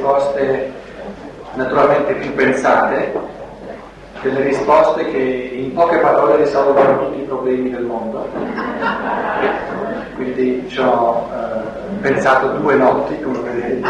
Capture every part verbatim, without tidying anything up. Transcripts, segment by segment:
risposte naturalmente più pensate, delle risposte che in poche parole risolvono tutti i problemi del mondo. Quindi ci ho eh, pensato due notti, come vedete.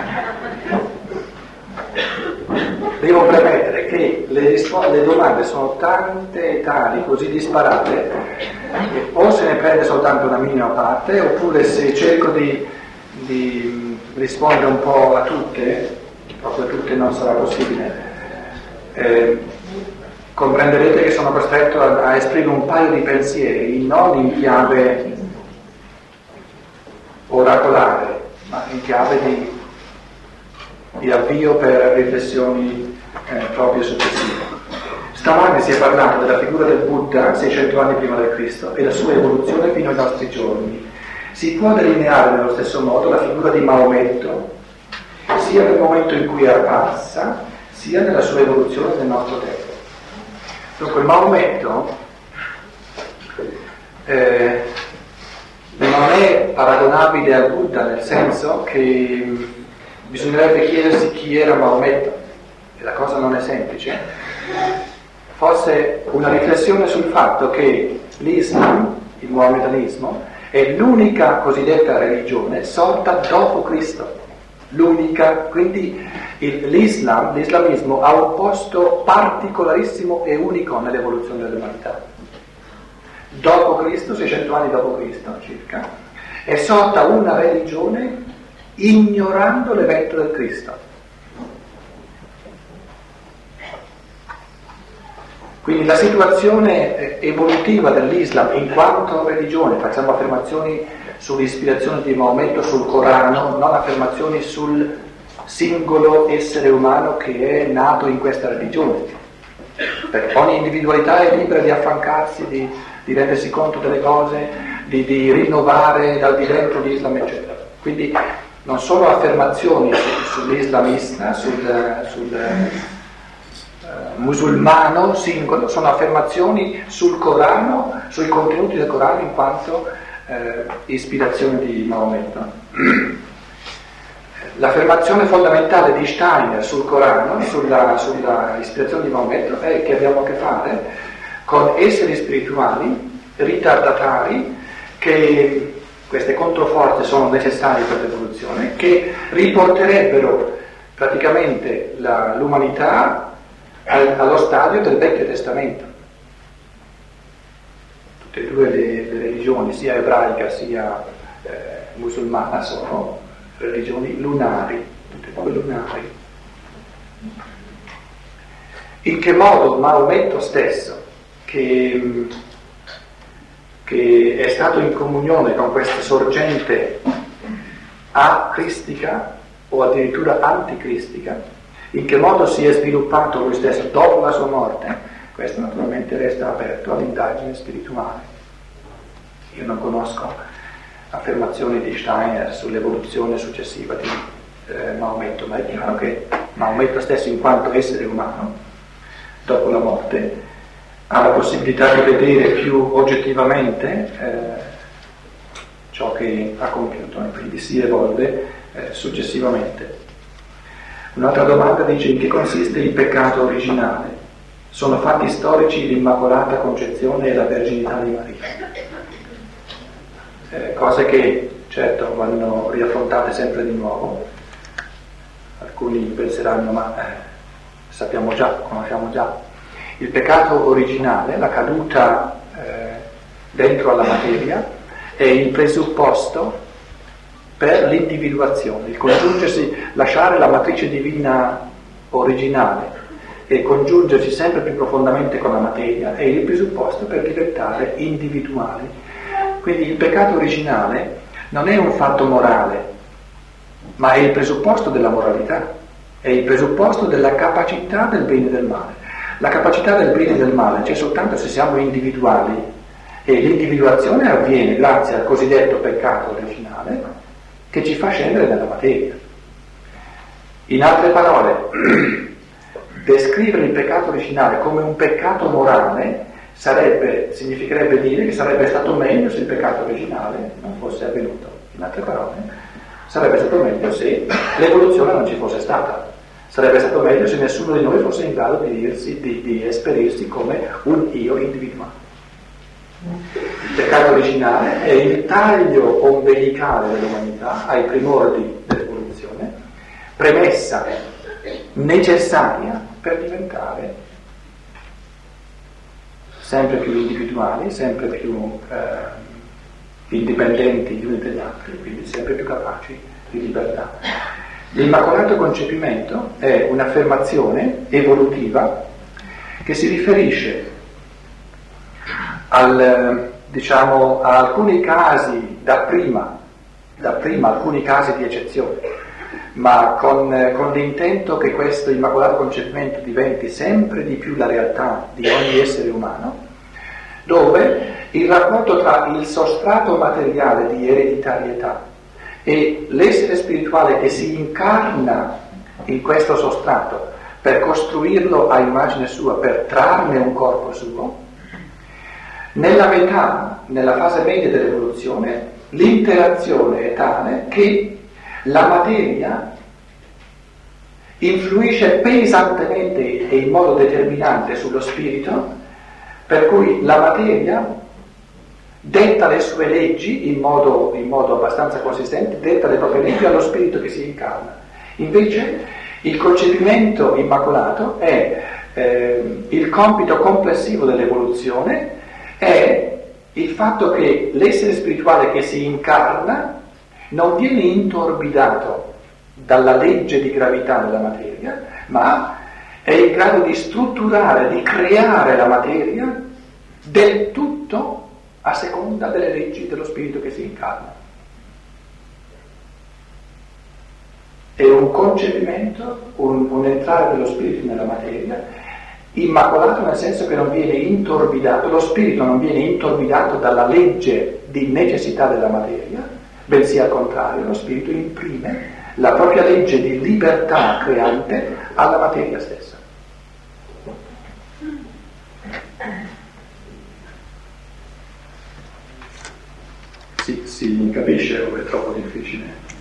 Devo premettere che le, rispo- le domande sono tante e tali, così disparate, che o se ne prende soltanto una minima parte, oppure se cerco di, di rispondere un po' a tutte, proprio a tutte non sarà possibile, eh, comprenderete che sono costretto a, a esprimere un paio di pensieri, non in chiave oracolare, ma in chiave di, di avvio per riflessioni eh, proprio successive. Stamane si è parlato della figura del Buddha seicento anni prima del Cristo e la sua evoluzione fino ai nostri giorni. Si può delineare nello stesso modo la figura di Maometto, sia nel momento in cui è apparsa, sia nella sua evoluzione nel nostro tempo. Dunque Maometto eh, non è paragonabile al Buddha, nel senso che bisognerebbe chiedersi chi era Maometto, e la cosa non è semplice. Forse una riflessione sul fatto che l'Islam, il mohammedanismo, è l'unica cosiddetta religione sorta dopo Cristo. L'unica, quindi il, l'Islam, l'islamismo ha un posto particolarissimo e unico nell'evoluzione dell'umanità. Dopo Cristo, seicento anni dopo Cristo circa, è sorta una religione ignorando l'evento del Cristo. Quindi la situazione evolutiva dell'Islam in quanto religione, facciamo affermazioni sull'ispirazione di Maometto sul Corano, non affermazioni sul singolo essere umano che è nato in questa religione. Perché ogni individualità è libera di affancarsi, di, di rendersi conto delle cose, di, di rinnovare dal di dentro l'Islam, eccetera. Quindi non sono affermazioni sull'islamista, sul, sul uh, musulmano singolo, sono affermazioni sul Corano, sui contenuti del Corano in quanto uh, ispirazione di Maometto. L'affermazione fondamentale di Steiner sul Corano, sulla, sulla ispirazione di Maometto, è che abbiamo a che fare con esseri spirituali ritardatari, che queste controforze sono necessarie per l'evoluzione, che riporterebbero praticamente la, l'umanità al, allo stadio del Vecchio Testamento. Tutte e due le, le religioni, sia ebraica sia eh, musulmana, sono religioni lunari, tutte e due lunari. In che modo Maometto stesso, che, che è stato in comunione con questa sorgente acristica o addirittura anticristica, in che modo si è sviluppato lui stesso dopo la sua morte, questo naturalmente resta aperto all'indagine spirituale. Io non conosco affermazioni di Steiner sull'evoluzione successiva di eh, Maometto, ma è chiaro che Maometto stesso, in quanto essere umano, dopo la morte, ha la possibilità di vedere più oggettivamente eh, ciò che ha compiuto e quindi si evolve eh, successivamente. Un'altra domanda dice: in che consiste il peccato originale? Sono fatti storici l'Immacolata Concezione e la Verginità di Maria. Eh, cose che certo vanno riaffrontate sempre di nuovo. Alcuni penseranno: ma eh, sappiamo già, conosciamo già. Il peccato originale, la caduta eh, dentro alla materia, è il presupposto per l'individuazione, il congiungersi, lasciare la matrice divina originale e congiungersi sempre più profondamente con la materia è il presupposto per diventare individuali. Quindi il peccato originale non è un fatto morale, ma è il presupposto della moralità, è il presupposto della capacità del bene e del male. La capacità del bene e del male c'è soltanto se siamo individuali, e l'individuazione avviene grazie al cosiddetto peccato originale che ci fa scendere nella materia. In altre parole, descrivere il peccato originale come un peccato morale sarebbe, significherebbe dire che sarebbe stato meglio se il peccato originale non fosse avvenuto. In altre parole, Sarebbe stato meglio se l'evoluzione non ci fosse stata. Sarebbe stato meglio se nessuno di noi fosse in grado di, dirsi, di, di esperirsi come un io individuale. Il peccato originale è il taglio ombelicale dell'umanità ai primordi dell'evoluzione, premessa necessaria per diventare sempre più individuali, sempre più eh, indipendenti gli uni dagli altri, quindi sempre più capaci di libertà. L'immacolato concepimento è un'affermazione evolutiva che si riferisce al, diciamo, a alcuni casi dapprima, dapprima alcuni casi di eccezione, ma con, con l'intento che questo immacolato concepimento diventi sempre di più la realtà di ogni essere umano, dove il rapporto tra il sostrato materiale di ereditarietà e l'essere spirituale che si incarna in questo sostrato per costruirlo a immagine sua, per trarne un corpo suo, nella metà, nella fase media dell'evoluzione, l'interazione è tale che la materia influisce pesantemente e in modo determinante sullo spirito, per cui la materia detta le sue leggi in modo, in modo abbastanza consistente, detta le proprie leggi allo spirito che si incarna. Invece il concepimento immacolato è eh, il compito complessivo dell'evoluzione, è il fatto che l'essere spirituale che si incarna non viene intorbidato dalla legge di gravità della materia, ma è in grado di strutturare, di creare la materia del tutto a seconda delle leggi dello spirito che si incarna. È un concepimento, un, un entrare dello spirito nella materia, immacolato nel senso che non viene intorbidato, lo spirito non viene intorbidato dalla legge di necessità della materia, bensì al contrario, lo spirito imprime la propria legge di libertà creante alla materia stessa. Si, si capisce o è troppo difficile?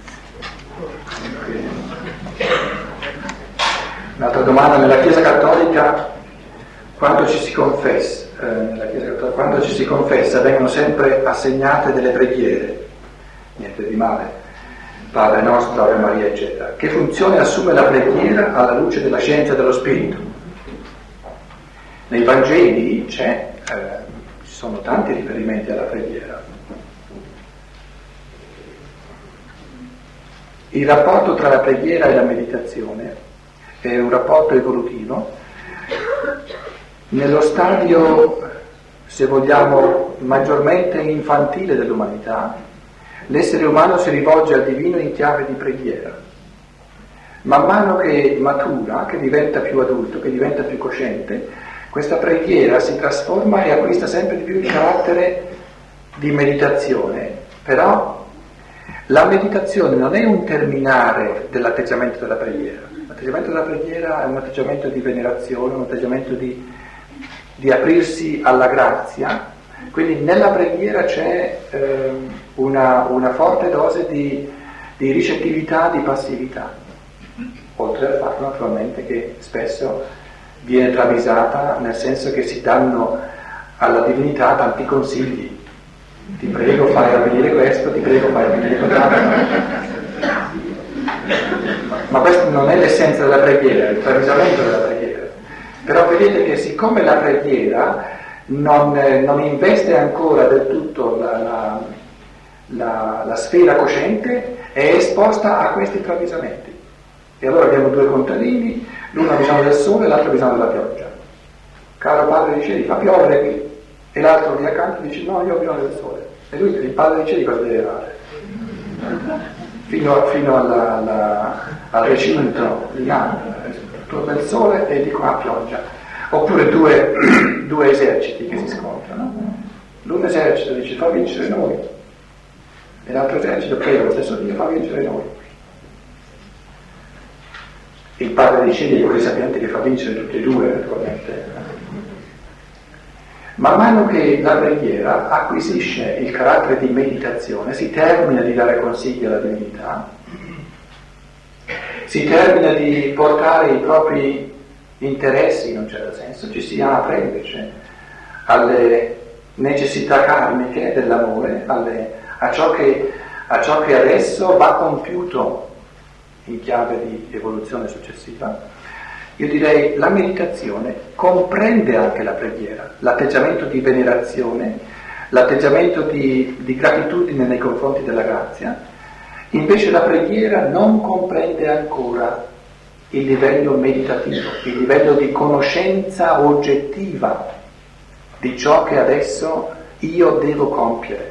Un'altra domanda: nella Chiesa Cattolica quando ci si confessa, eh, nella Chiesa Cattolica, quando ci si confessa vengono sempre assegnate delle preghiere, niente di male, Padre nostro, Ave Maria, eccetera. Che funzione assume la preghiera alla luce della scienza dello spirito? Nei Vangeli c'è, eh, ci sono tanti riferimenti alla preghiera. Il rapporto tra la preghiera e la meditazione è un rapporto evolutivo. Nello stadio, se vogliamo, maggiormente infantile dell'umanità, l'essere umano si rivolge al divino in chiave di preghiera. Man mano che matura, che diventa più adulto, che diventa più cosciente, questa preghiera si trasforma e acquista sempre di più il carattere di meditazione. Però la meditazione non è un terminare dell'atteggiamento della preghiera. L'atteggiamento della preghiera è un atteggiamento di venerazione, un atteggiamento di, di aprirsi alla grazia. Quindi nella preghiera c'è eh, una, una forte dose di, di ricettività, di passività, oltre al fatto naturalmente che spesso viene travisata, nel senso che si danno alla divinità tanti consigli. Ti prego fai avvenire questo, ti prego fai avvenire quell'altro. Ma questo non è l'essenza della preghiera, è il travisamento della preghiera. Però vedete che siccome la preghiera non, eh, non investe ancora del tutto la, la, la, la sfera cosciente, è esposta a questi travisamenti. E allora abbiamo due contadini, l'uno ha bisogno del sole e l'altro ha bisogno della pioggia. Caro padre dei cieli, fa piovere qui. E l'altro lì accanto dice no, io ho bisogno del sole. E lui, il padre dei cieli, cosa deve fare? Fino, fino alla, alla, al recinto di Gandhi, torna il sole e di qua pioggia. Oppure due, due eserciti che si scontrano. L'un esercito dice fa vincere noi, e l'altro esercito prega lo stesso Dio, fa vincere noi. Il padre dei cieli è così sapiente che fa vincere tutti e due, naturalmente. Man mano che la preghiera acquisisce il carattere di meditazione, si termina di dare consigli alla divinità, si termina di portare i propri interessi, in un certo senso, ci si apre invece alle necessità karmiche dell'amore, alle, a, ciò che, a ciò che adesso va compiuto in chiave di evoluzione successiva. Io direi la meditazione comprende anche la preghiera, l'atteggiamento di venerazione, l'atteggiamento di, di gratitudine nei confronti della grazia. Invece la preghiera non comprende ancora il livello meditativo, il livello di conoscenza oggettiva di ciò che adesso io devo compiere.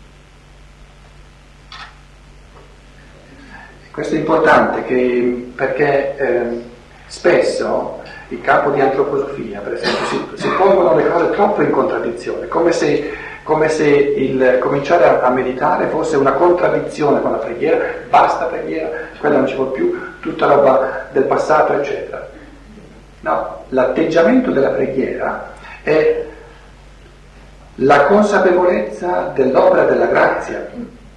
Questo è importante che, perché eh, spesso il campo di antroposofia, per esempio, si, si pongono le cose troppo in contraddizione, come se, come se il cominciare a, a meditare fosse una contraddizione con la preghiera, basta preghiera, quella non ci vuole più, tutta roba del passato, eccetera. No, l'atteggiamento della preghiera è la consapevolezza dell'opera della grazia,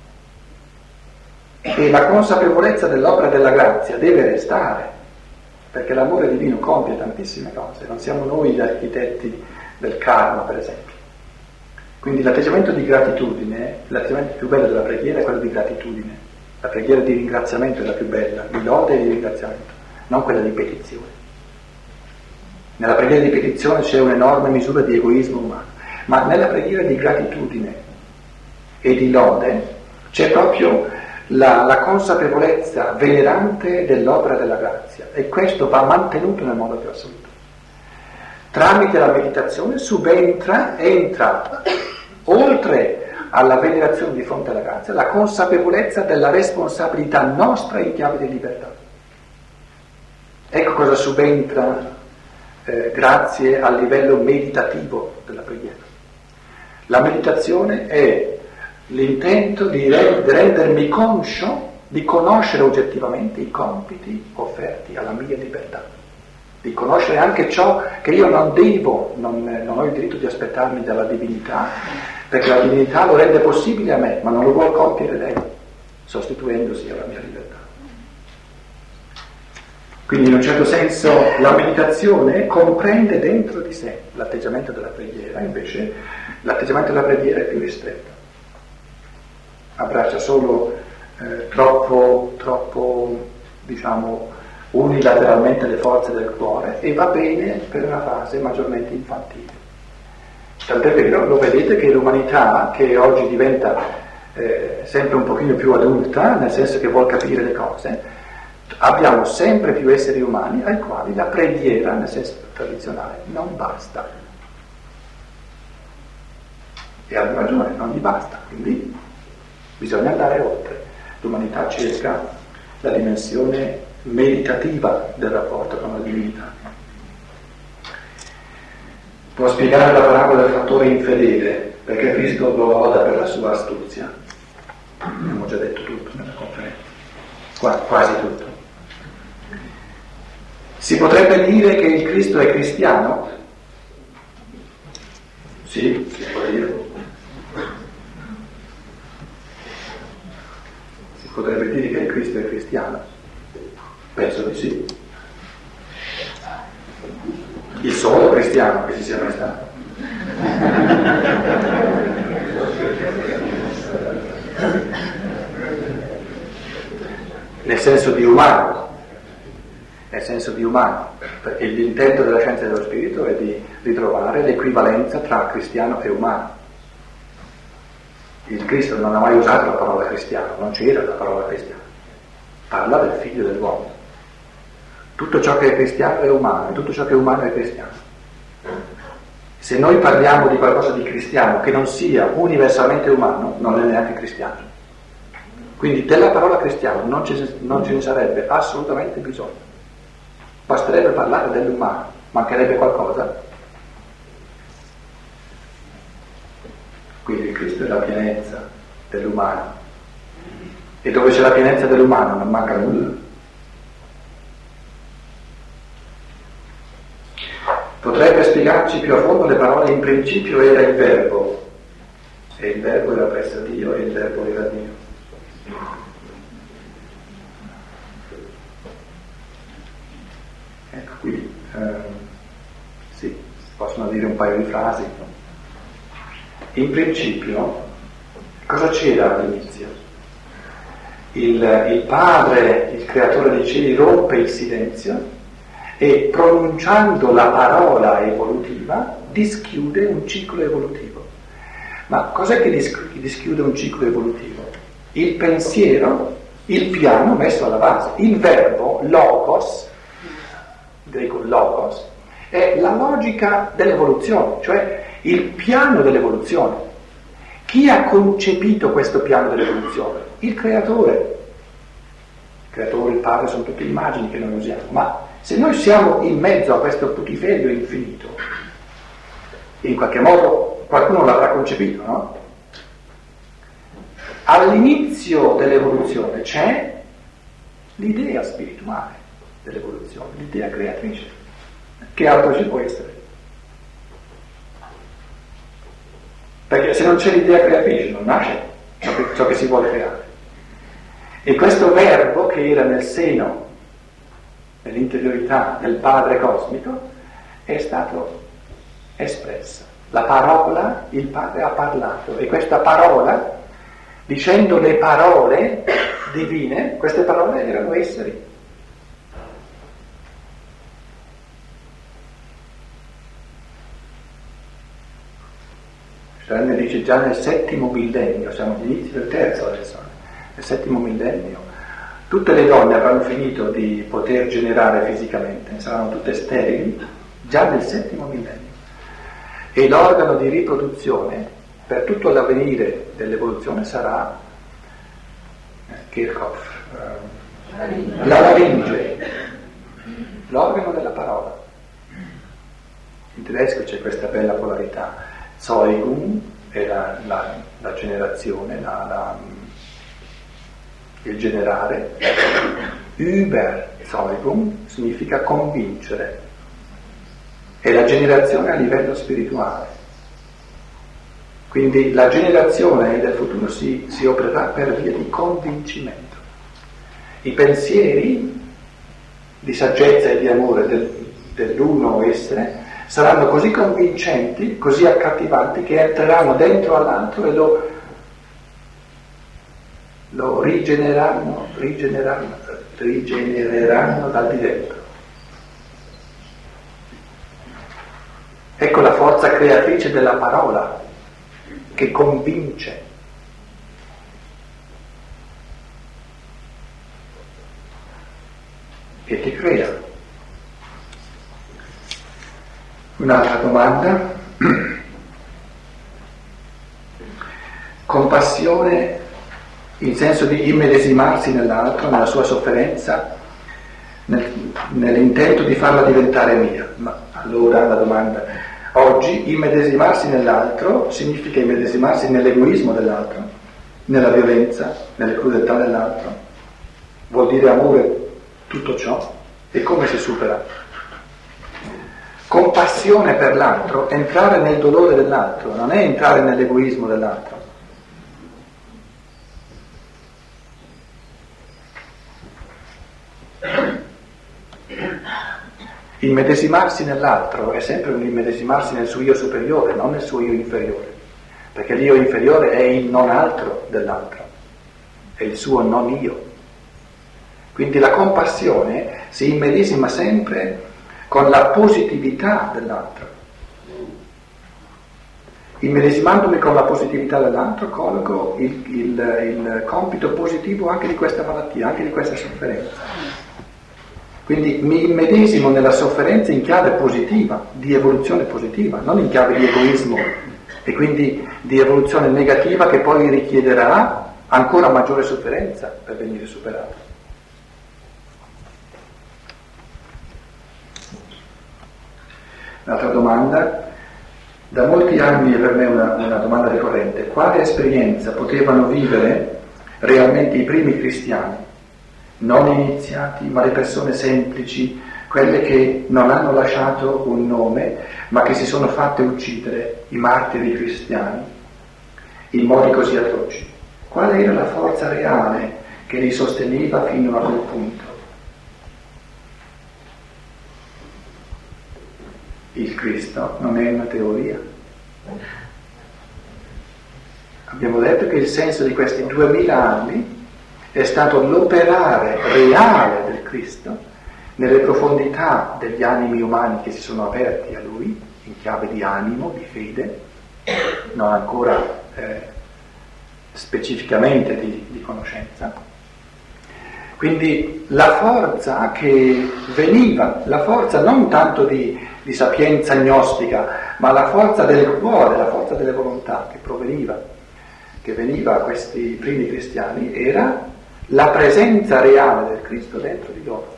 e la consapevolezza dell'opera della grazia deve restare, perché l'amore divino compie tantissime cose, non siamo noi gli architetti del karma, per esempio. Quindi l'atteggiamento di gratitudine, l'atteggiamento più bello della preghiera è quello di gratitudine, la preghiera di ringraziamento è la più bella, di lode e di ringraziamento, non quella di petizione. Nella preghiera di petizione c'è un'enorme misura di egoismo umano, ma nella preghiera di gratitudine e di lode c'è proprio La, la consapevolezza venerante dell'opera della grazia, e questo va mantenuto nel modo più assoluto. Tramite la meditazione subentra, entra, oltre alla venerazione di fronte alla grazia, la consapevolezza della responsabilità nostra in chiave di libertà. Ecco cosa subentra eh, grazie al livello meditativo della preghiera. La meditazione è l'intento di rendermi conscio, di conoscere oggettivamente i compiti offerti alla mia libertà, di conoscere anche ciò che io non devo, non, non ho il diritto di aspettarmi dalla divinità, perché la divinità lo rende possibile a me, ma non lo vuole compiere lei, sostituendosi alla mia libertà. Quindi in un certo senso la meditazione comprende dentro di sé l'atteggiamento della preghiera, invece l'atteggiamento della preghiera è più ristretto. Abbraccia solo eh, troppo, troppo, diciamo, unilateralmente le forze del cuore e va bene per una fase maggiormente infantile. Tant'è vero, lo vedete che l'umanità, che oggi diventa eh, sempre un pochino più adulta, nel senso che vuol capire le cose, abbiamo sempre più esseri umani ai quali la preghiera, nel senso tradizionale, non basta. E hanno ragione, non gli basta, quindi bisogna andare oltre. L'umanità cerca la dimensione meditativa del rapporto con la divinità. Può spiegare la parabola del fattore infedele, perché Cristo lo loda per la sua astuzia. Abbiamo già detto tutto nella conferenza, Qua, quasi tutto. Si potrebbe dire che il Cristo è cristiano? Sì, si può dire. Potrebbe dire che il Cristo è cristiano? Penso di sì. Il solo cristiano che ci sia mai stato. Nel senso di umano, nel senso di umano, perché l'intento della scienza dello spirito è di ritrovare l'equivalenza tra cristiano e umano. Il Cristo non ha mai usato la parola cristiano, non c'era la parola cristiano, parla del figlio dell'uomo. Tutto ciò che è cristiano è umano, e tutto ciò che è umano è cristiano. Se noi parliamo di qualcosa di cristiano che non sia universalmente umano, non è neanche cristiano. Quindi della parola cristiano non ce, non ce ne sarebbe assolutamente bisogno. Basterebbe parlare dell'umano, mancherebbe qualcosa. Quindi il Cristo è la pienezza dell'umano, e dove c'è la pienezza dell'umano non manca nulla. Potrebbe spiegarci più a fondo le parole in principio era il verbo, e il verbo era presso Dio e il verbo era Dio. paio di frasi. In principio, cosa c'era all'inizio? Il, il Padre, il Creatore dei cieli, rompe il silenzio e pronunciando la parola evolutiva dischiude un ciclo evolutivo. Ma cos'è che dischiude un ciclo evolutivo? Il pensiero, il piano messo alla base, il verbo logos, greco logos, è la logica dell'evoluzione, cioè il piano dell'evoluzione. Chi ha concepito questo piano dell'evoluzione? Il creatore. Il creatore, il padre, sono tutte immagini che noi usiamo, ma se noi siamo in mezzo a questo putiferio infinito, in qualche modo qualcuno l'avrà concepito, no? All'inizio dell'evoluzione c'è l'idea spirituale dell'evoluzione, l'idea creatrice. Che altro ci può essere? Perché se non c'è l'idea creatrice non nasce ciò che, ciò che si vuole creare. E questo verbo che era nel seno, nell'interiorità del Padre cosmico, è stato espresso. La parola, il Padre ha parlato, e questa parola, dicendo le parole divine, queste parole erano esseri. Steiner dice già nel settimo millennio, siamo agli inizi del terzo adesso, nel settimo millennio, tutte le donne avranno finito di poter generare fisicamente, saranno tutte sterili, già nel settimo millennio. E l'organo di riproduzione per tutto l'avvenire dell'evoluzione sarà Kirchhoff, eh, la laringe, l'organo della parola. In tedesco c'è questa bella polarità, Zeugung è la, la, la generazione, la, la, il generare, Überzeugung significa convincere, è la generazione a livello spirituale. Quindi la generazione del futuro si, si opererà per via di convincimento. I pensieri di saggezza e di amore del, dell'uno essere saranno così convincenti, così accattivanti, che entreranno dentro all'altro e lo, lo rigenereranno, rigenereranno, rigenereranno dal di dentro. Ecco la forza creatrice della parola, che convince. E che crea. Un'altra domanda. Compassione in senso di immedesimarsi nell'altro, nella sua sofferenza, nel, nell'intento di farla diventare mia. Ma allora la domanda: oggi immedesimarsi nell'altro significa immedesimarsi nell'egoismo dell'altro, nella violenza, nelle crudeltà dell'altro. Vuol dire amore tutto ciò? E come si supera? Compassione per l'altro, entrare nel dolore dell'altro, non è entrare nell'egoismo dell'altro. Immedesimarsi nell'altro è sempre un immedesimarsi nel suo io superiore, non nel suo io inferiore, perché l'io inferiore è il non altro dell'altro, è il suo non io. Quindi la compassione si immedesima sempre con la positività dell'altro. Immedesimandomi con la positività dell'altro colgo il, il, il compito positivo anche di questa malattia, anche di questa sofferenza. Quindi mi immedesimo nella sofferenza in chiave positiva, di evoluzione positiva, non in chiave di egoismo e quindi di evoluzione negativa che poi richiederà ancora maggiore sofferenza per venire superata. Un'altra domanda, da molti anni è per me una, una domanda ricorrente: quale esperienza potevano vivere realmente i primi cristiani? Non iniziati, ma le persone semplici, quelle che non hanno lasciato un nome, ma che si sono fatte uccidere, i martiri cristiani, in modi così atroci. Qual era la forza reale che li sosteneva fino a quel punto? il Cristo non è una teoria. Abbiamo detto che il senso di questi duemila anni è stato l'operare reale del Cristo nelle profondità degli animi umani che si sono aperti a Lui, in chiave di animo, di fede, non ancora eh, specificamente di, di conoscenza. Quindi la forza che veniva, la forza non tanto di, di sapienza gnostica, ma la forza del cuore, la forza delle volontà che proveniva, che veniva a questi primi cristiani, era la presenza reale del Cristo dentro di loro.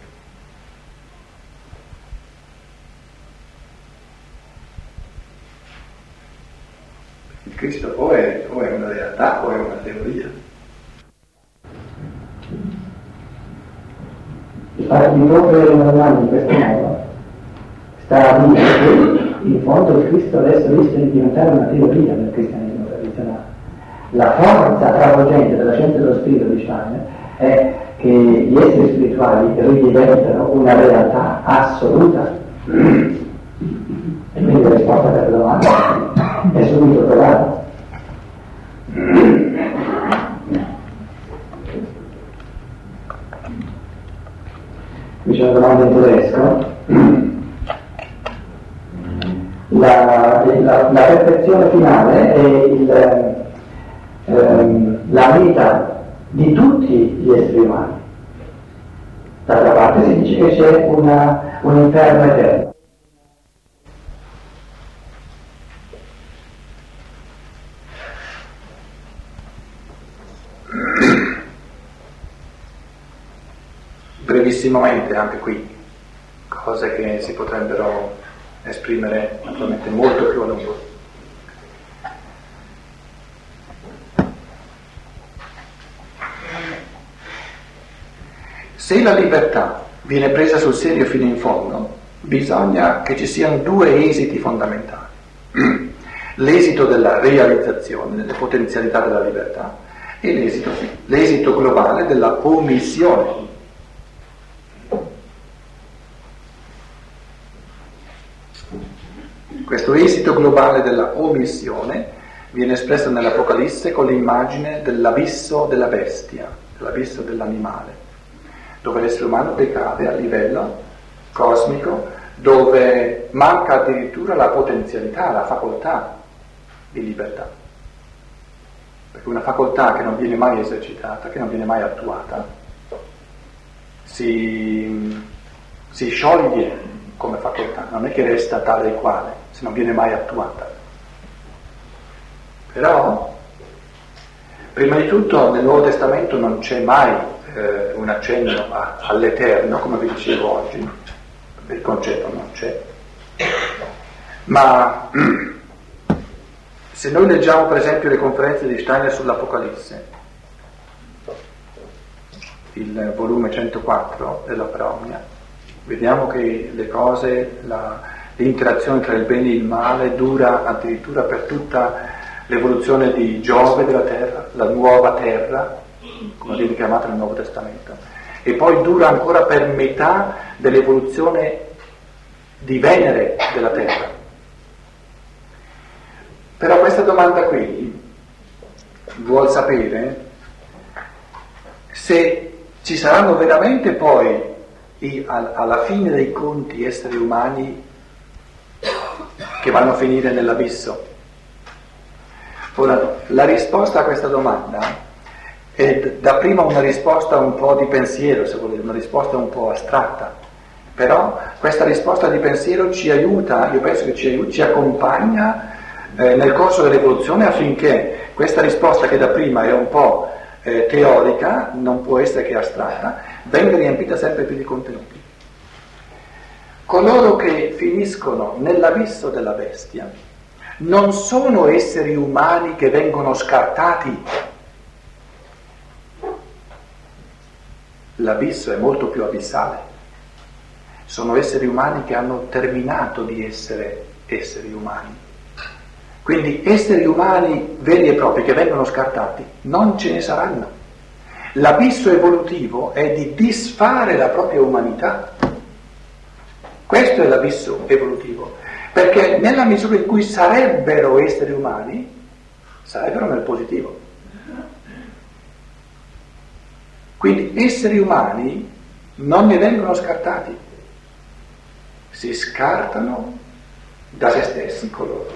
Il Cristo o è, o è una realtà o è una teoria. Infatti di rompere una domanda in questo modo sta a dire che in fondo il Cristo adesso rischia di diventare una teoria del cristianesimo tradizionale. La forza travolgente della scienza dello spirito di Steiner è che gli esseri spirituali ridiventano una realtà assoluta. E quindi la risposta per la domanda è subito trovata. Qui c'è una domanda in tedesco. La, la, la perfezione finale è il, ehm, la meta di tutti gli esseri umani. D'altra parte si dice che c'è una, un inferno eterno. Brevissimamente anche qui, cose che si potrebbero esprimere naturalmente molto più a lungo. Se la libertà viene presa sul serio fino in fondo, bisogna che ci siano due esiti fondamentali. L'esito della realizzazione delle potenzialità della libertà e l'esito, l'esito globale della omissione. Questo esito globale della omissione viene espresso nell'Apocalisse con l'immagine dell'abisso della bestia, dell'abisso dell'animale, dove l'essere umano decade a livello cosmico, dove manca addirittura la potenzialità, la facoltà di libertà. Perché una facoltà che non viene mai esercitata, che non viene mai attuata, si, si scioglie come facoltà, non è che resta tale e quale, se non viene mai attuata. Però, prima di tutto, nel Nuovo Testamento non c'è mai eh, un accenno a, all'eterno, come vi dicevo oggi, il concetto non c'è. Ma se noi leggiamo per esempio le conferenze di Steiner sull'Apocalisse, il volume centoquattro dell'Opera Omnia, vediamo che le cose, la, l'interazione tra il bene e il male dura addirittura per tutta l'evoluzione di Giove della terra, la nuova terra, come viene chiamata nel Nuovo Testamento, e poi dura ancora per metà dell'evoluzione di Venere della terra. Però questa domanda qui vuol sapere se ci saranno veramente poi I, alla fine dei conti esseri umani che vanno a finire nell'abisso. Ora, la risposta a questa domanda è dapprima una risposta un po' di pensiero, se volete, una risposta un po' astratta, però questa risposta di pensiero ci aiuta, io penso che ci aiuta, ci accompagna eh, nel corso dell'evoluzione, affinché questa risposta, che dapprima è un po' eh, teorica, non può essere che astratta, venga riempita sempre più di contenuti. Coloro che finiscono nell'abisso della bestia non sono esseri umani che vengono scartati. L'abisso è molto più abissale. Sono esseri umani che hanno terminato di essere esseri umani. Quindi esseri umani veri e propri che vengono scartati non ce ne saranno. L'abisso evolutivo è di disfare la propria umanità. Questo è l'abisso evolutivo, perché nella misura in cui sarebbero esseri umani, sarebbero nel positivo. Quindi esseri umani non ne vengono scartati, si scartano da se stessi coloro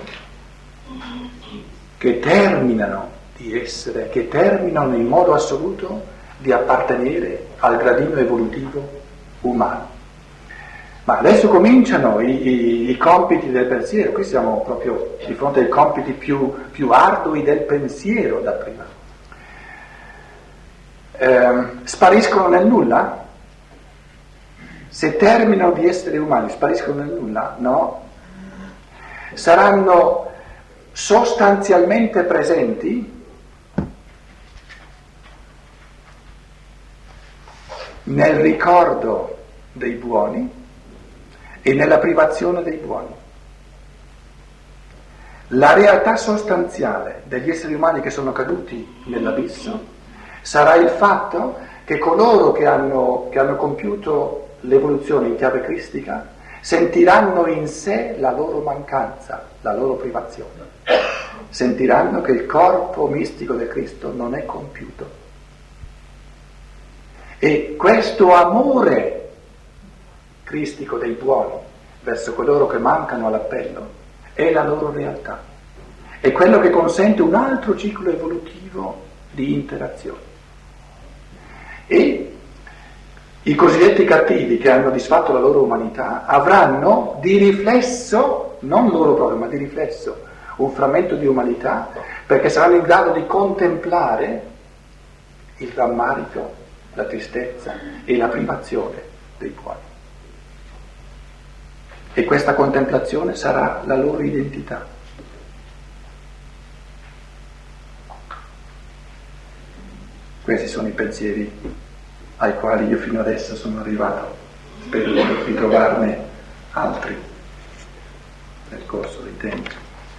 che terminano di essere, che terminano in modo assoluto di appartenere al gradino evolutivo umano. Ma adesso cominciano i, i, i compiti del pensiero, qui siamo proprio di fronte ai compiti più, più ardui del pensiero da prima. Eh, spariscono nel nulla? Se terminano di essere umani, spariscono nel nulla? No. Saranno sostanzialmente presenti nel ricordo dei buoni e nella privazione dei buoni. La realtà sostanziale degli esseri umani che sono caduti nell'abisso sarà il fatto che coloro che hanno, che hanno compiuto l'evoluzione in chiave cristica sentiranno in sé la loro mancanza, la loro privazione. Sentiranno che il corpo mistico del Cristo non è compiuto. E questo amore cristico dei buoni verso coloro che mancano all'appello è la loro realtà. È quello che consente un altro ciclo evolutivo di interazione. E i cosiddetti cattivi che hanno disfatto la loro umanità avranno di riflesso, non loro proprio, ma di riflesso, un frammento di umanità, perché saranno in grado di contemplare il rammarico, la tristezza e la privazione dei buoni. E questa contemplazione sarà la loro identità. Questi sono i pensieri ai quali io fino adesso sono arrivato. Spero di ritrovarne altri nel corso dei tempi.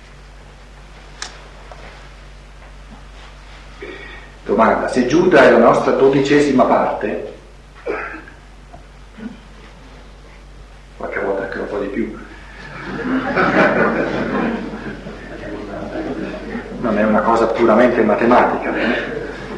Domanda: se Giuda è la nostra dodicesima parte, qualche volta anche un po' di più, non è una cosa puramente matematica,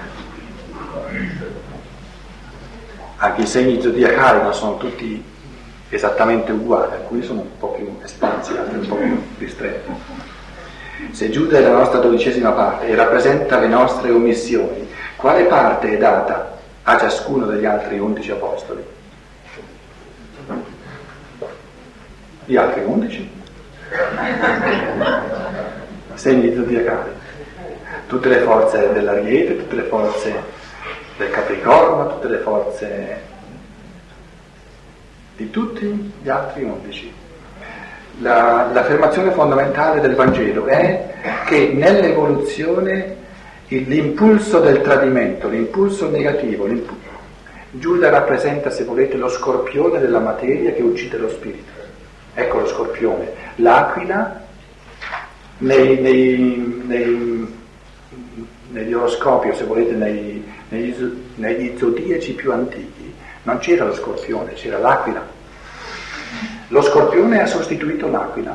anche i segni zodiacali non sono tutti esattamente uguali, alcuni sono un po' più espansi, altri un po' più ristretti. Se Giuda è la nostra dodicesima parte e rappresenta le nostre omissioni, quale parte è data a ciascuno degli altri undici apostoli? Gli altri undici? Segni zodiacali. Tutte le forze dell'Ariete, tutte le forze del Capricorno, tutte le forze di tutti gli altri undici. La, l'affermazione fondamentale del Vangelo è che nell'evoluzione il, l'impulso del tradimento, l'impulso negativo, l'impulso, Giuda rappresenta, se volete, lo scorpione della materia che uccide lo spirito. Ecco lo scorpione. L'aquila nei, nei, nei, negli oroscopi, o se volete nei, negli, negli zodiaci più antichi, non c'era lo scorpione, c'era l'aquila. Lo scorpione ha sostituito l'aquila.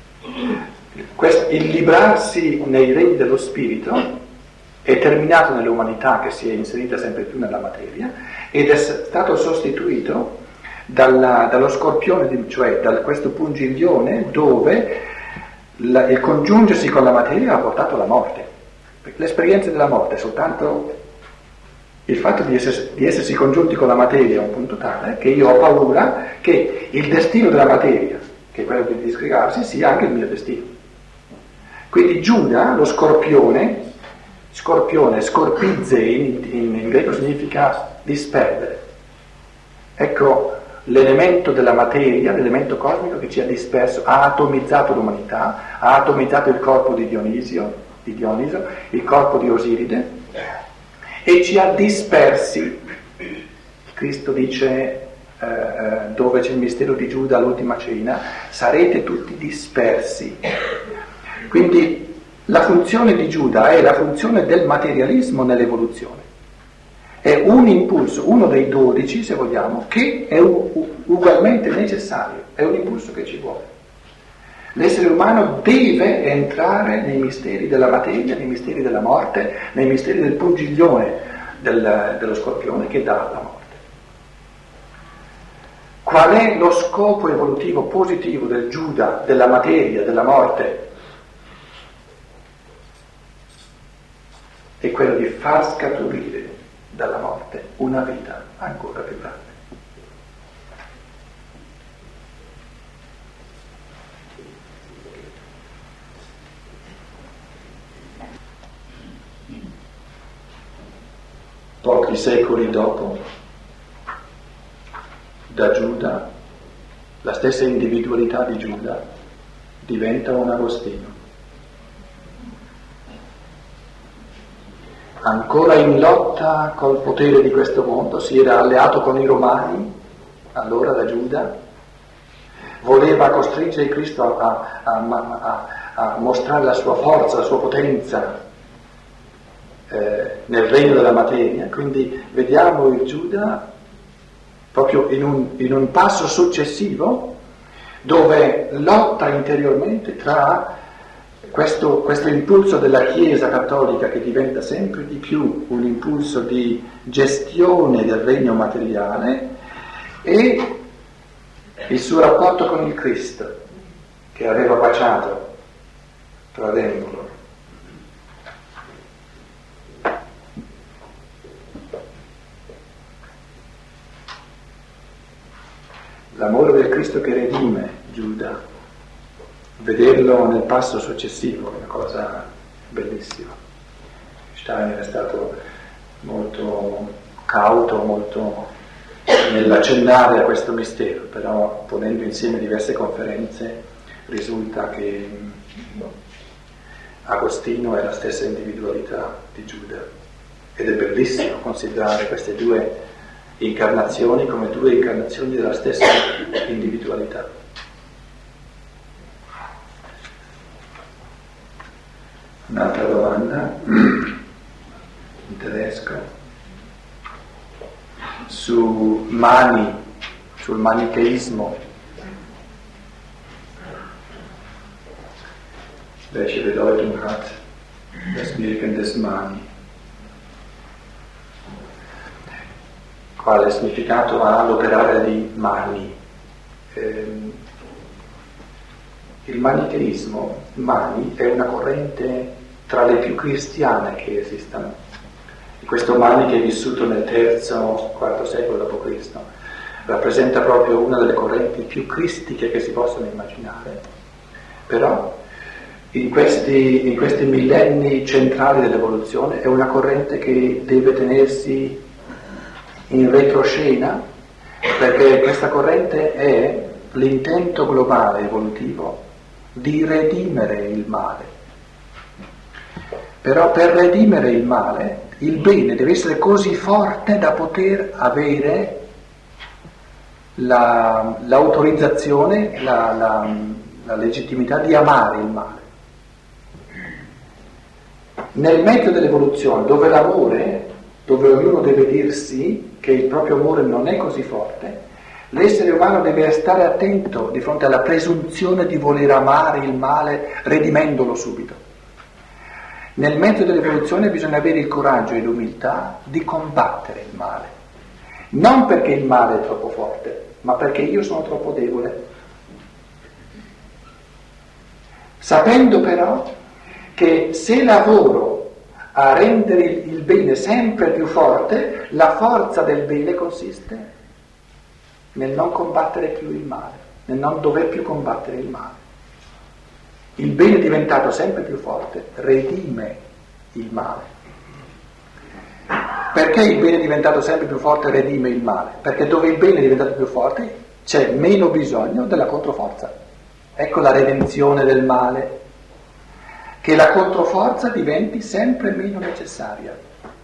Il librarsi nei regni dello spirito è terminato nell'umanità che si è inserita sempre più nella materia ed è stato sostituito dalla, dallo scorpione, di, cioè da questo pungiglione dove la, il congiungersi con la materia ha portato alla morte. L'esperienza della morte è soltanto il fatto di, essere, di essersi congiunti con la materia a un punto tale che io ho paura che il destino della materia, che è quello di disgregarsi, sia anche il mio destino. Quindi Giuda, lo scorpione, scorpione, scorpizze in, in, in greco significa disperdere. Ecco l'elemento della materia, l'elemento cosmico che ci ha disperso, ha atomizzato l'umanità, ha atomizzato il corpo di Dionisio, di Dioniso, il corpo di Osiride, e ci ha dispersi. Cristo dice, eh, dove c'è il mistero di Giuda all'ultima cena, sarete tutti dispersi. Quindi la funzione di Giuda è la funzione del materialismo nell'evoluzione. è un impulso, uno dei dodici se vogliamo, che è u- ugualmente necessario, è un impulso che ci vuole. L'essere umano deve entrare nei misteri della materia, nei misteri della morte, nei misteri del pungiglione del, dello scorpione che dà la morte. Qual è lo scopo evolutivo positivo del Giuda, della materia, della morte? È quello di far scaturire dalla morte una vita ancora più grande. Pochi secoli dopo, da Giuda, la stessa individualità di Giuda diventa un Agostino. Ancora in lotta col potere di questo mondo, si era alleato con i Romani, allora da Giuda, voleva costringere Cristo a, a, a, a mostrare la sua forza, la sua potenza eh, nel regno della materia. Quindi vediamo il Giuda proprio in un, in un passo successivo dove lotta interiormente tra questo, questo impulso della Chiesa cattolica che diventa sempre di più un impulso di gestione del regno materiale e il suo rapporto con il Cristo che aveva baciato tradendolo. L'amore del Cristo che redime Giuda, vederlo nel passo successivo è una cosa bellissima. Steiner è stato molto cauto, molto nell'accennare a questo mistero, però ponendo insieme diverse conferenze risulta che Agostino è la stessa individualità di Giuda ed è bellissimo considerare queste due incarnazioni come due incarnazioni della stessa individualità. Un'altra domanda in tedesco su Mani, sul manicheismo. Welche Bedeutung hat das Wirken des Mani? Quale significato ha l'operare di Mani? Eh, il manicheismo, Mani, è una corrente tra le più cristiane che esistano. E questo Mani, che è vissuto nel terzo, quarto secolo dopo Cristo, rappresenta proprio una delle correnti più cristiche che si possono immaginare. Però in questi, in questi millenni centrali dell'evoluzione è una corrente che deve tenersi in retroscena, perché questa corrente è l'intento globale evolutivo di redimere il male. Però per redimere il male il bene deve essere così forte da poter avere la, l'autorizzazione, la, la, la legittimità di amare il male. Nel mezzo dell'evoluzione, dove l'amore, dove ognuno deve dirsi che il proprio amore non è così forte, l'essere umano deve stare attento di fronte alla presunzione di voler amare il male redimendolo subito. Nel mezzo dell'evoluzione bisogna avere il coraggio e l'umiltà di combattere il male, non perché il male è troppo forte, ma perché io sono troppo debole. Sapendo però che se lavoro a rendere il bene sempre più forte, la forza del bene consiste nel non combattere più il male, nel non dover più combattere il male. Il bene diventato sempre più forte redime il male. Perché il bene diventato sempre più forte redime il male? Perché dove il bene è diventato più forte c'è meno bisogno della controforza. Ecco la redenzione del male, che la controforza diventi sempre meno necessaria.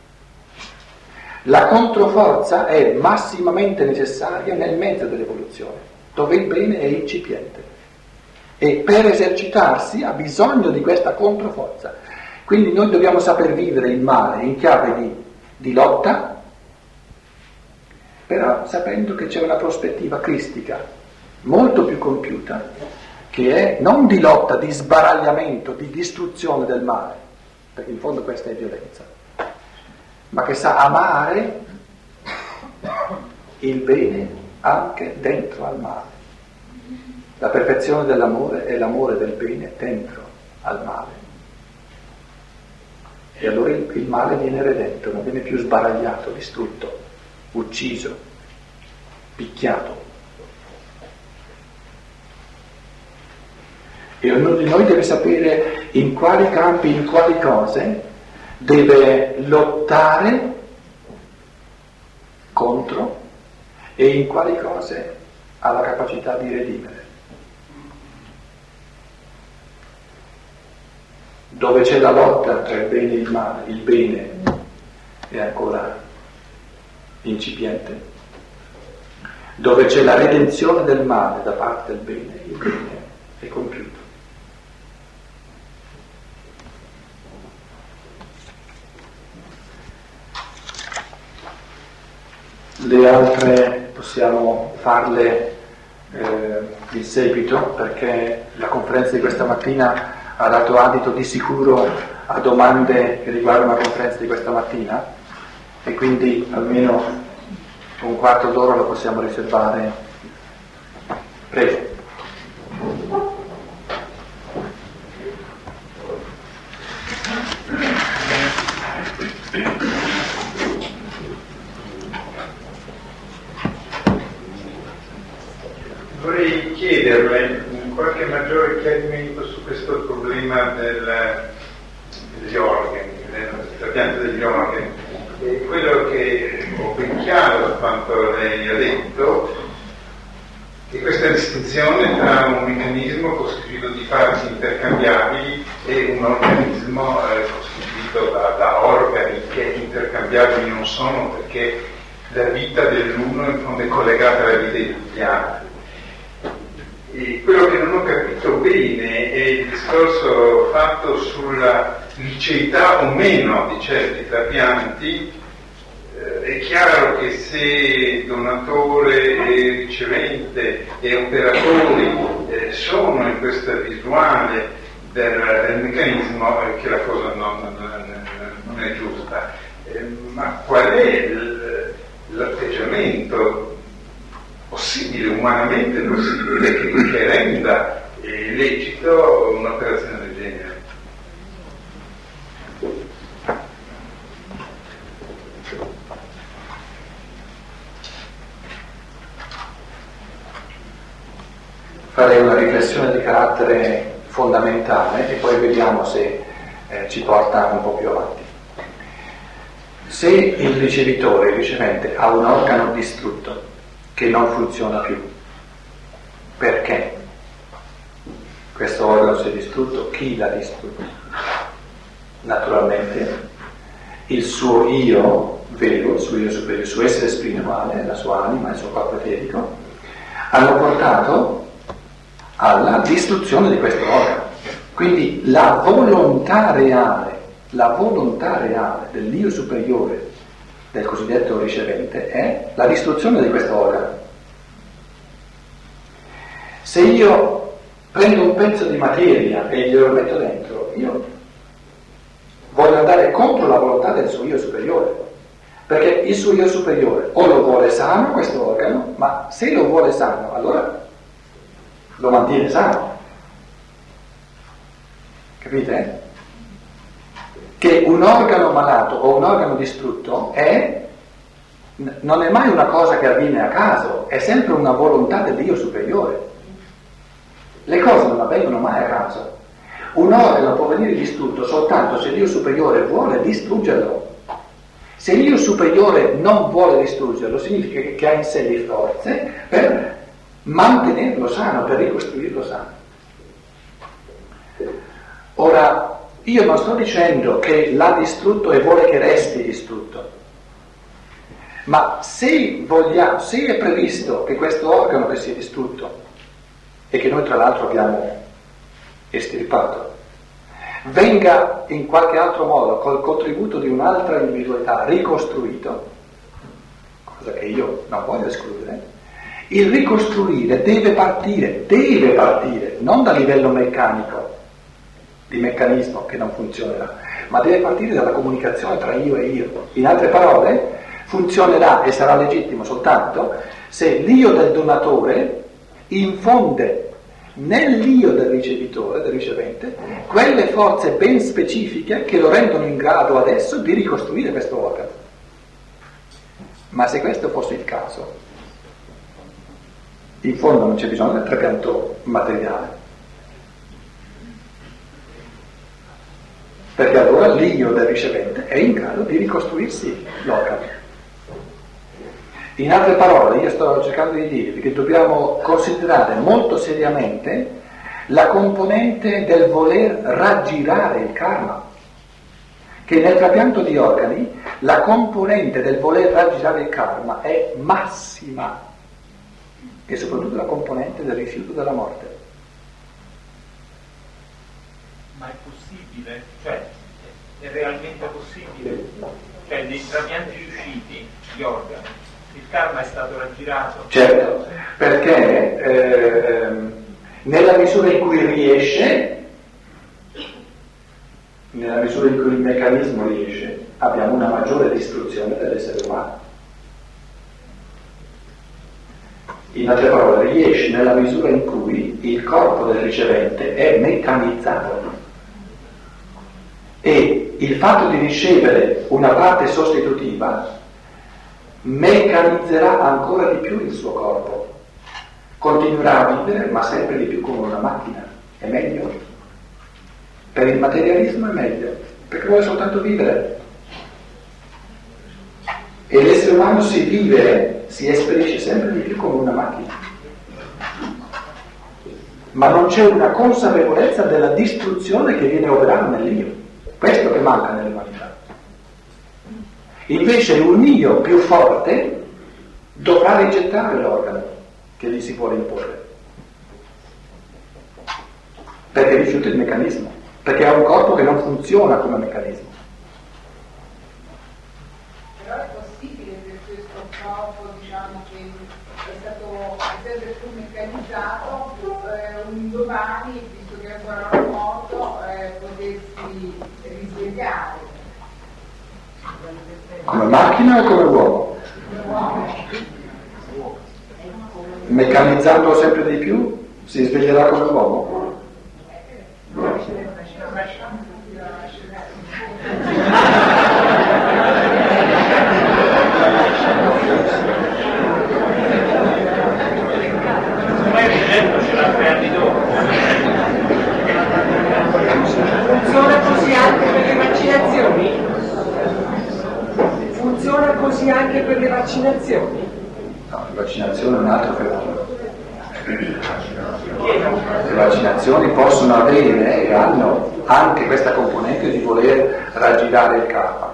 La controforza è massimamente necessaria nel mezzo dell'evoluzione, dove il bene è incipiente e per esercitarsi ha bisogno di questa controforza. Quindi noi dobbiamo saper vivere il male in chiave di, di lotta, però sapendo che c'è una prospettiva cristica molto più compiuta, che è non di lotta, di sbaragliamento, di distruzione del male, perché in fondo questa è violenza, ma che sa amare il bene anche dentro al male. La perfezione dell'amore è l'amore del bene dentro al male. E allora il, il male viene redento, non viene più sbaragliato, distrutto, ucciso, picchiato. E ognuno di noi deve sapere in quali campi, in quali cose deve lottare contro e in quali cose ha la capacità di redimere. Dove c'è la lotta tra il bene e il male, il bene è ancora incipiente. Dove c'è la redenzione del male da parte del bene, il bene è compiuto. Le altre possiamo farle eh, in seguito, perché la conferenza di questa mattina ha dato adito di sicuro a domande che riguardano la conferenza di questa mattina, e quindi almeno un quarto d'ora lo possiamo riservare. Prego. Vorrei chiederle qualche maggiore chiarimento su questo problema del, degli organi, del trapianto degli organi. E quello che ho ben chiaro da quanto lei ha detto è questa distinzione tra un meccanismo costituito di parti intercambiabili e un organismo eh, costituito da, da organi che intercambiabili non sono, perché la vita dell'uno in fondo è collegata alla vita di tutti gli altri. E quello che non ho capito bene è il discorso fatto sulla liceità o meno di certi trapianti. Eh, è chiaro che se donatore e ricevente e operatori eh, sono in questa visuale del, del meccanismo, eh, che la cosa non, non, non è giusta. Eh, ma qual è il, l'atteggiamento possibile, umanamente possibile, che, che renda eh, lecito un'operazione del genere? Farei una riflessione di carattere fondamentale e poi vediamo se eh, ci porta un po' più avanti. Se il ricevitore, il ricevente, ha un organo distrutto che non funziona più, perché questo organo si è distrutto? Chi l'ha distrutto? Naturalmente il suo io vero, il suo io superiore, il suo essere spirituale, la sua anima, il suo corpo eterico hanno portato alla distruzione di questo organo. Quindi la volontà reale, la volontà reale dell'io superiore, del cosiddetto ricevente, è la distruzione di questo organo. Se io prendo un pezzo di materia e glielo metto dentro, io voglio andare contro la volontà del suo io superiore, perché il suo io superiore o lo vuole sano questo organo, ma se lo vuole sano allora lo mantiene sano. Capite? Che un organo malato o un organo distrutto è, non è mai una cosa che avviene a caso, è sempre una volontà dell'io superiore. Le cose non avvengono mai a caso. Un organo può venire distrutto soltanto se l'io superiore vuole distruggerlo. Se l'io superiore non vuole distruggerlo, significa che ha in sé le forze per mantenerlo sano, per ricostruirlo sano. Ora, io non sto dicendo che l'ha distrutto e vuole che resti distrutto, ma se vogliamo, se è previsto che questo organo che si è distrutto e che noi tra l'altro abbiamo estirpato venga in qualche altro modo col contributo di un'altra individualità ricostruito, cosa che io non voglio escludere, il ricostruire deve partire, deve partire, non da livello meccanico, di meccanismo che non funzionerà, ma deve partire dalla comunicazione tra io e io. In altre parole, funzionerà e sarà legittimo soltanto se l'io del donatore infonde nell'io del ricevitore, del ricevente, quelle forze ben specifiche che lo rendono in grado adesso di ricostruire questo organo. Ma se questo fosse il caso, in fondo non c'è bisogno del trapianto materiale, perché allora l'io del ricevente è in grado di ricostruirsi l'organo. In altre parole, io sto cercando di dirvi che dobbiamo considerare molto seriamente la componente del voler raggirare il karma, che nel trapianto di organi la componente del voler raggirare il karma è massima, e soprattutto la componente del rifiuto della morte. Ma è possibile? Cioè, è realmente possibile? Cioè, dei trapianti riusciti, gli organi, il karma è stato raggirato? Certo, perché eh, nella misura in cui riesce, nella misura in cui il meccanismo riesce, abbiamo una maggiore distruzione dell'essere umano. In altre parole, riesce nella misura in cui il corpo del ricevente è meccanizzato e il fatto di ricevere una parte sostitutiva meccanizzerà ancora di più il suo corpo, continuerà a vivere ma sempre di più come una macchina. È meglio, per il materialismo è meglio, perché vuole soltanto vivere, e l'essere umano si vive, si esperisce sempre di più come una macchina, ma non c'è una consapevolezza della distruzione che viene operata nell'io. Questo che manca nell'umanità. Invece un io più forte dovrà rigettare l'organo che gli si vuole imporre, perché rifiuta il meccanismo, perché ha un corpo che non funziona come meccanismo. Però è possibile che questo corpo, diciamo, che è stato sempre più meccanizzato, eh, un domani, visto che è ancora non morto, eh, potersi risvegliare. Come macchina o come uomo? Meccanizzandolo sempre di più si sveglierà come uomo? Funziona così anche per le vaccinazioni? Funziona così anche per le vaccinazioni? No, le vaccinazioni è un altro fenomeno. Le vaccinazioni possono avere e hanno anche questa componente di voler raggirare il karma.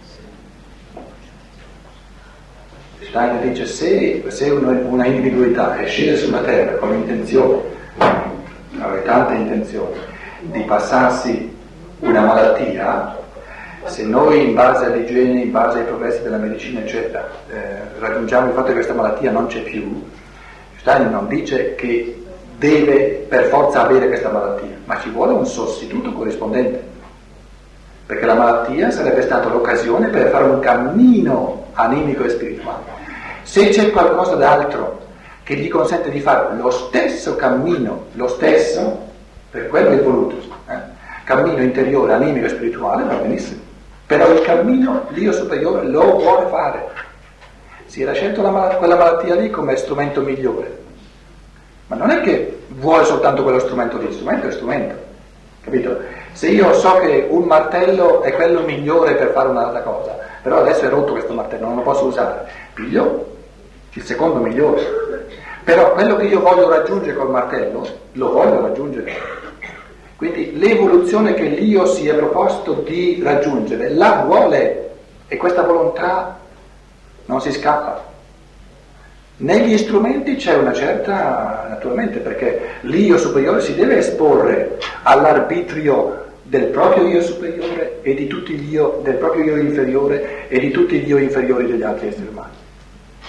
Steiner dice se, se una, una individualità è scesa sulla terra con l'intenzione, aveva tante intenzioni, di passarsi una malattia, se noi in base all'igiene, in base ai progressi della medicina eccetera eh, raggiungiamo il fatto che questa malattia non c'è più, Steiner non dice che deve per forza avere questa malattia, ma ci vuole un sostituto corrispondente, perché la malattia sarebbe stata l'occasione per fare un cammino animico e spirituale. Se c'è qualcosa d'altro che gli consente di fare lo stesso cammino, lo stesso, per quello è voluto, eh? cammino interiore, animico e spirituale, va benissimo, però il cammino l'io superiore lo vuole fare. Si era scelto la mal- quella malattia lì come strumento migliore, ma non è che vuole soltanto quello strumento lì, strumento è strumento, capito? Se io so che un martello è quello migliore per fare un'altra cosa, però adesso è rotto questo martello, non lo posso usare, piglio il secondo migliore, però quello che io voglio raggiungere col martello lo voglio raggiungere. Quindi l'evoluzione che l'io si è proposto di raggiungere la vuole, e questa volontà non si scappa. Negli strumenti c'è una certa, naturalmente, perché l'io superiore si deve esporre all'arbitrio del proprio io superiore e di tutti gli io, del proprio io inferiore e di tutti gli io inferiori degli altri esseri umani.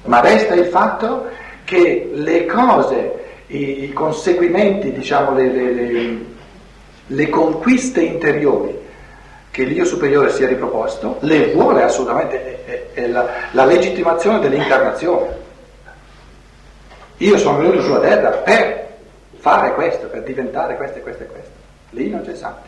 ma resta il fatto che le cose, i, i conseguimenti, diciamo le, le, le, le conquiste interiori che l'io superiore si è riproposto, le vuole assolutamente, è, è la, la legittimazione dell'incarnazione. Io sono venuto sulla terra per fare questo, per diventare questo e questo e questo. Lì non c'è santi.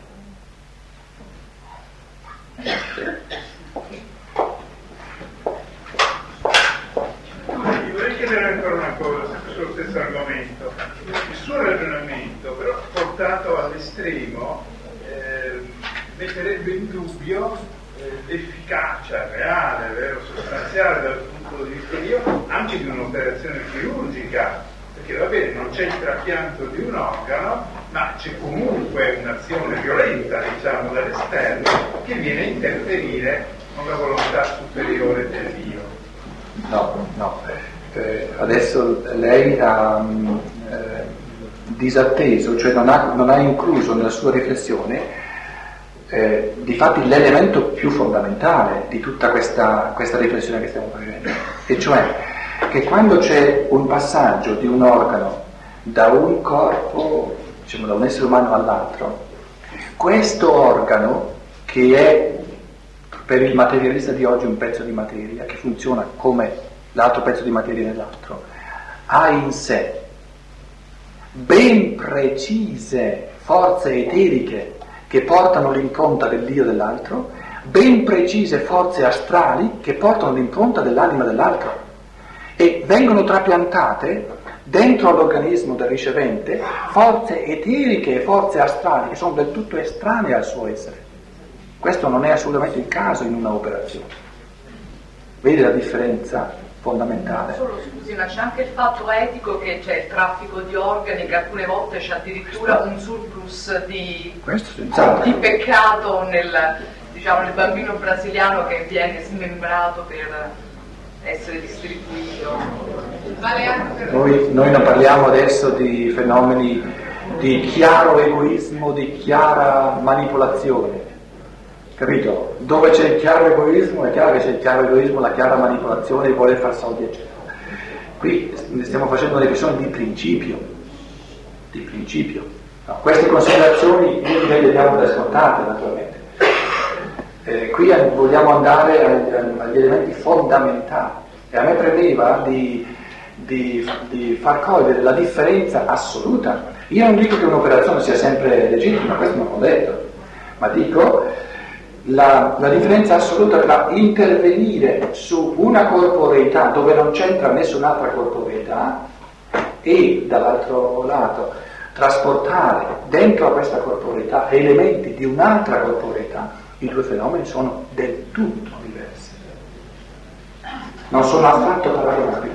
Vorrei chiedere ancora una cosa sullo stesso argomento. Il suo ragionamento, però portato all'estremo, eh, metterebbe in dubbio eh, l'efficacia reale, vero, sostanziale dal punto di vista di Dio, anche di un'operazione chirurgica, perché va bene, non c'è il trapianto di un organo, ma c'è comunque un'azione violenta, diciamo, dall'esterno che viene a interferire con la volontà superiore del Dio. No, no. Eh, adesso lei ha eh, disatteso, cioè non ha, non ha incluso nella sua riflessione eh, difatti l'elemento più fondamentale di tutta questa, questa riflessione che stiamo facendo, e cioè che quando c'è un passaggio di un organo da un corpo, diciamo da un essere umano all'altro, questo organo, che è per il materialista di oggi un pezzo di materia, che funziona come l'altro pezzo di materia nell'altro, ha in sé ben precise forze eteriche che portano l'impronta dell'io dell'altro, ben precise forze astrali che portano l'impronta dell'anima dell'altro, e vengono trapiantate dentro all'organismo del ricevente forze eteriche e forze astrali che sono del tutto estranee al suo essere. Questo non è assolutamente il caso in una operazione. Vedi la differenza fondamentale? Solo scusi, ma c'è anche il fatto etico che c'è il traffico di organi, che alcune volte c'è addirittura un surplus di, di peccato nel, diciamo, nel bambino brasiliano che viene smembrato per essere distribuito. Vale anche per Noi, noi non parliamo adesso di fenomeni di chiaro egoismo, di chiara manipolazione, capito? Dove c'è il chiaro egoismo è chiaro che c'è il chiaro egoismo, la chiara manipolazione, il voler far soldi eccetera. Qui stiamo facendo una riflessione di principio, di principio. No, queste considerazioni noi le diamo per scontate naturalmente. Eh, qui vogliamo andare agli, agli elementi fondamentali, e a me premeva di, di, di far cogliere la differenza assoluta. Io non dico che un'operazione sia sempre legittima, questo non l'ho detto, ma dico la, la differenza assoluta tra intervenire su una corporeità dove non c'entra nessun'altra corporeità e dall'altro lato trasportare dentro a questa corporeità elementi di un'altra corporeità. I due fenomeni sono del tutto diversi, non sono affatto paragonabili.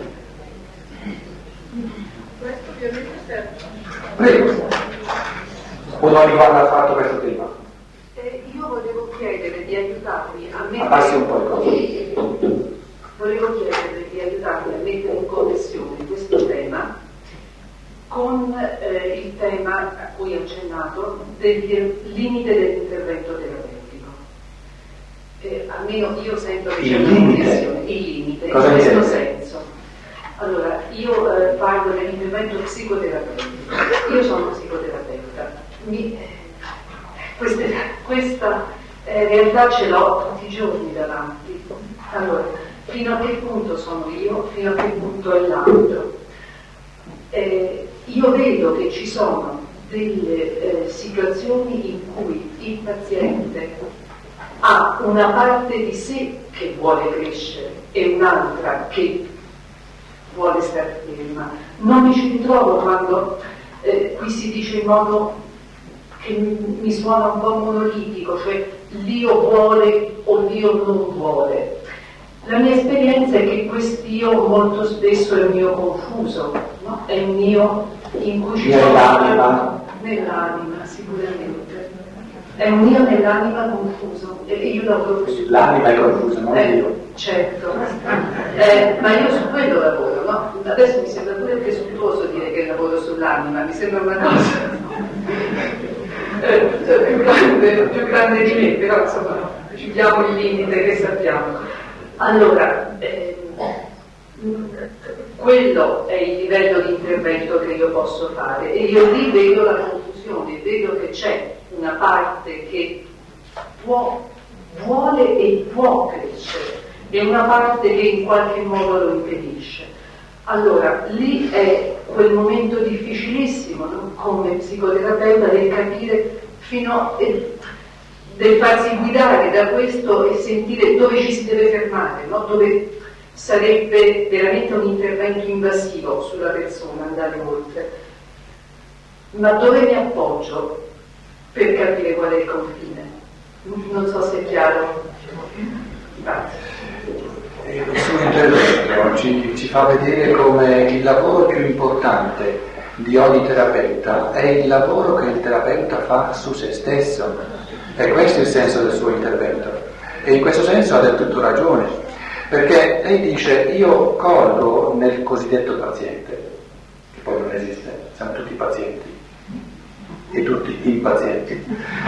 questo ovviamente serve. Prego. O non riguarda affatto questo tema? Eh, io volevo chiedere di aiutarmi a mettere... Abbassi un po' il costo. Volevo chiedere di aiutarmi a mettere in connessione questo tema con eh, il tema a cui ho accennato del limite dell'intervento terapeutico. Eh, almeno io sento che c'è una connessione, il limite, in questo senso. Allora, io eh, parlo dell'intervento psicoterapeutico. Io sono psicoterapeuta. Mi, eh, queste, questa eh, realtà ce l'ho tutti i giorni davanti. Allora, fino a che punto sono io, fino a che punto è l'altro. Eh, io vedo che ci sono delle eh, situazioni in cui il paziente ha una parte di sé che vuole crescere e un'altra che vuole stare ferma. Non mi ci ritrovo quando eh, qui si dice in modo che mi, mi suona un po' monolitico, cioè l'io vuole o l'io non vuole. La mia esperienza è che quest'io molto spesso è un io confuso, no? È un io in cui ci sono nell'anima. nell'anima sicuramente. È un io nell'anima confuso e io lavoro su l'anima è confusa, non eh, io. Certo, eh, ma io su quello lavoro, no? Adesso mi sembra pure presuntuoso dire che lavoro sull'anima, mi sembra una cosa eh, più, grande, più grande di me, però insomma ci diamo il limite che sappiamo. Allora, eh, quello è il livello di intervento che io posso fare, e io lì vedo la confusione, vedo che c'è una parte che può, vuole e può crescere e una parte che in qualche modo lo impedisce. Allora lì è quel momento difficilissimo, no? Come psicoterapeuta, del capire fino a, eh, del farsi guidare da questo e sentire dove ci si deve fermare, no? Dove sarebbe veramente un intervento invasivo sulla persona, andare oltre. Ma dove mi appoggio per capire qual è il confine? Non so se è chiaro. Grazie. Il suo intervento ci, ci fa vedere come il lavoro più importante di ogni terapeuta è il lavoro che il terapeuta fa su se stesso. E questo è il senso del suo intervento. E in questo senso ha del tutto ragione, perché lei dice: io colgo nel cosiddetto paziente, che poi non esiste, siamo tutti pazienti e tutti impazienti.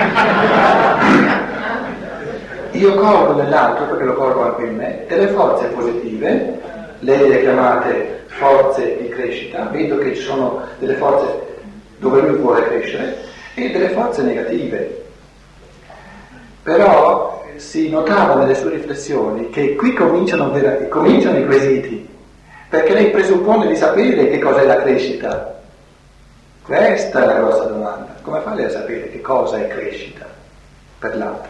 Io colgo nell'altro, perché lo colgo anche in me, delle forze positive, lei le ha chiamate forze di crescita, vedo che ci sono delle forze dove lui vuole crescere, e delle forze negative. Però si notava nelle sue riflessioni che qui cominciano, cominciano i quesiti, perché lei presuppone di sapere che cos'è la crescita. Questa è la grossa domanda. Come fa lei a sapere che cosa è crescita per l'altro?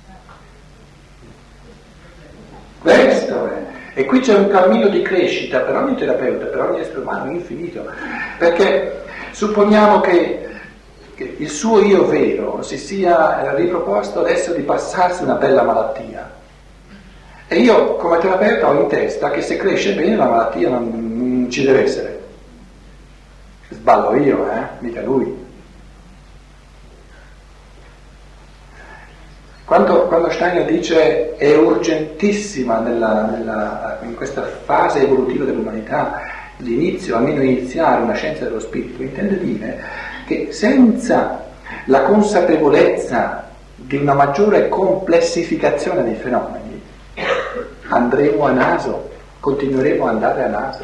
Questo è. E qui c'è un cammino di crescita per ogni terapeuta, per ogni essere umano infinito, perché supponiamo che, che il suo io vero si sia riproposto adesso di passarsi una bella malattia, e io come terapeuta ho in testa che se cresce bene la malattia non, non ci deve essere. Sballo io, eh? Mica lui. Quando, quando Steiner dice è urgentissima nella, nella, in questa fase evolutiva dell'umanità l'inizio, almeno iniziare una scienza dello spirito, intende dire che senza la consapevolezza di una maggiore complessificazione dei fenomeni andremo a naso, continueremo ad andare a naso.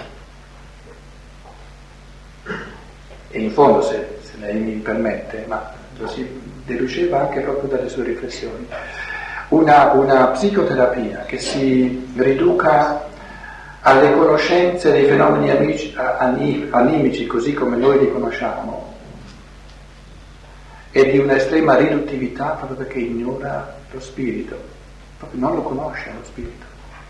E in fondo, se, se lei mi permette, ma lo si deduceva anche proprio dalle sue riflessioni, una, una psicoterapia che si riduca alle conoscenze dei fenomeni amici, animici così come noi li conosciamo, e di un'estrema riduttività proprio perché ignora lo spirito, proprio non lo conosce lo spirito.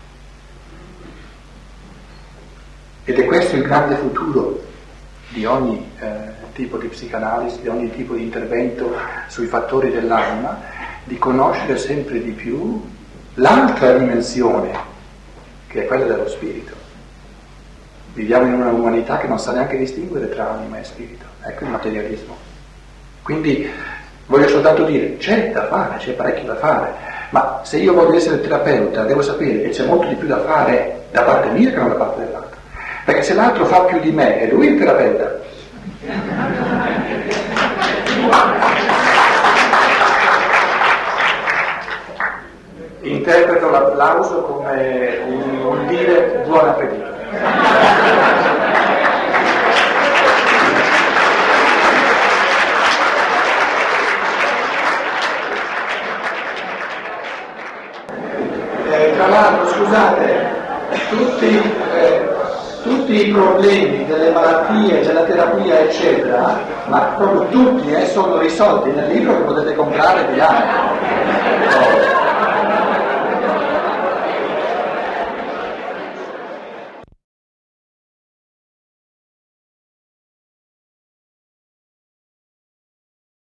Ed è questo il grande futuro di ogni eh, tipo di psicanalisi, di ogni tipo di intervento sui fattori dell'anima, di conoscere sempre di più l'altra dimensione, che è quella dello spirito. Viviamo in una umanità che non sa neanche distinguere tra anima e spirito, ecco il materialismo. Quindi voglio soltanto dire, c'è da fare, c'è parecchio da fare, ma se io voglio essere terapeuta devo sapere che c'è molto di più da fare da parte mia che non da parte dell'altro. Perché se l'altro fa più di me e lui è il terapeuta, interpreto l'applauso come un, un dire buon appetito. Eh, tra l'altro, scusate, tutti... Eh, tutti i problemi delle malattie, della terapia eccetera, ma proprio tutti eh, sono risolti nel libro che potete comprare di là.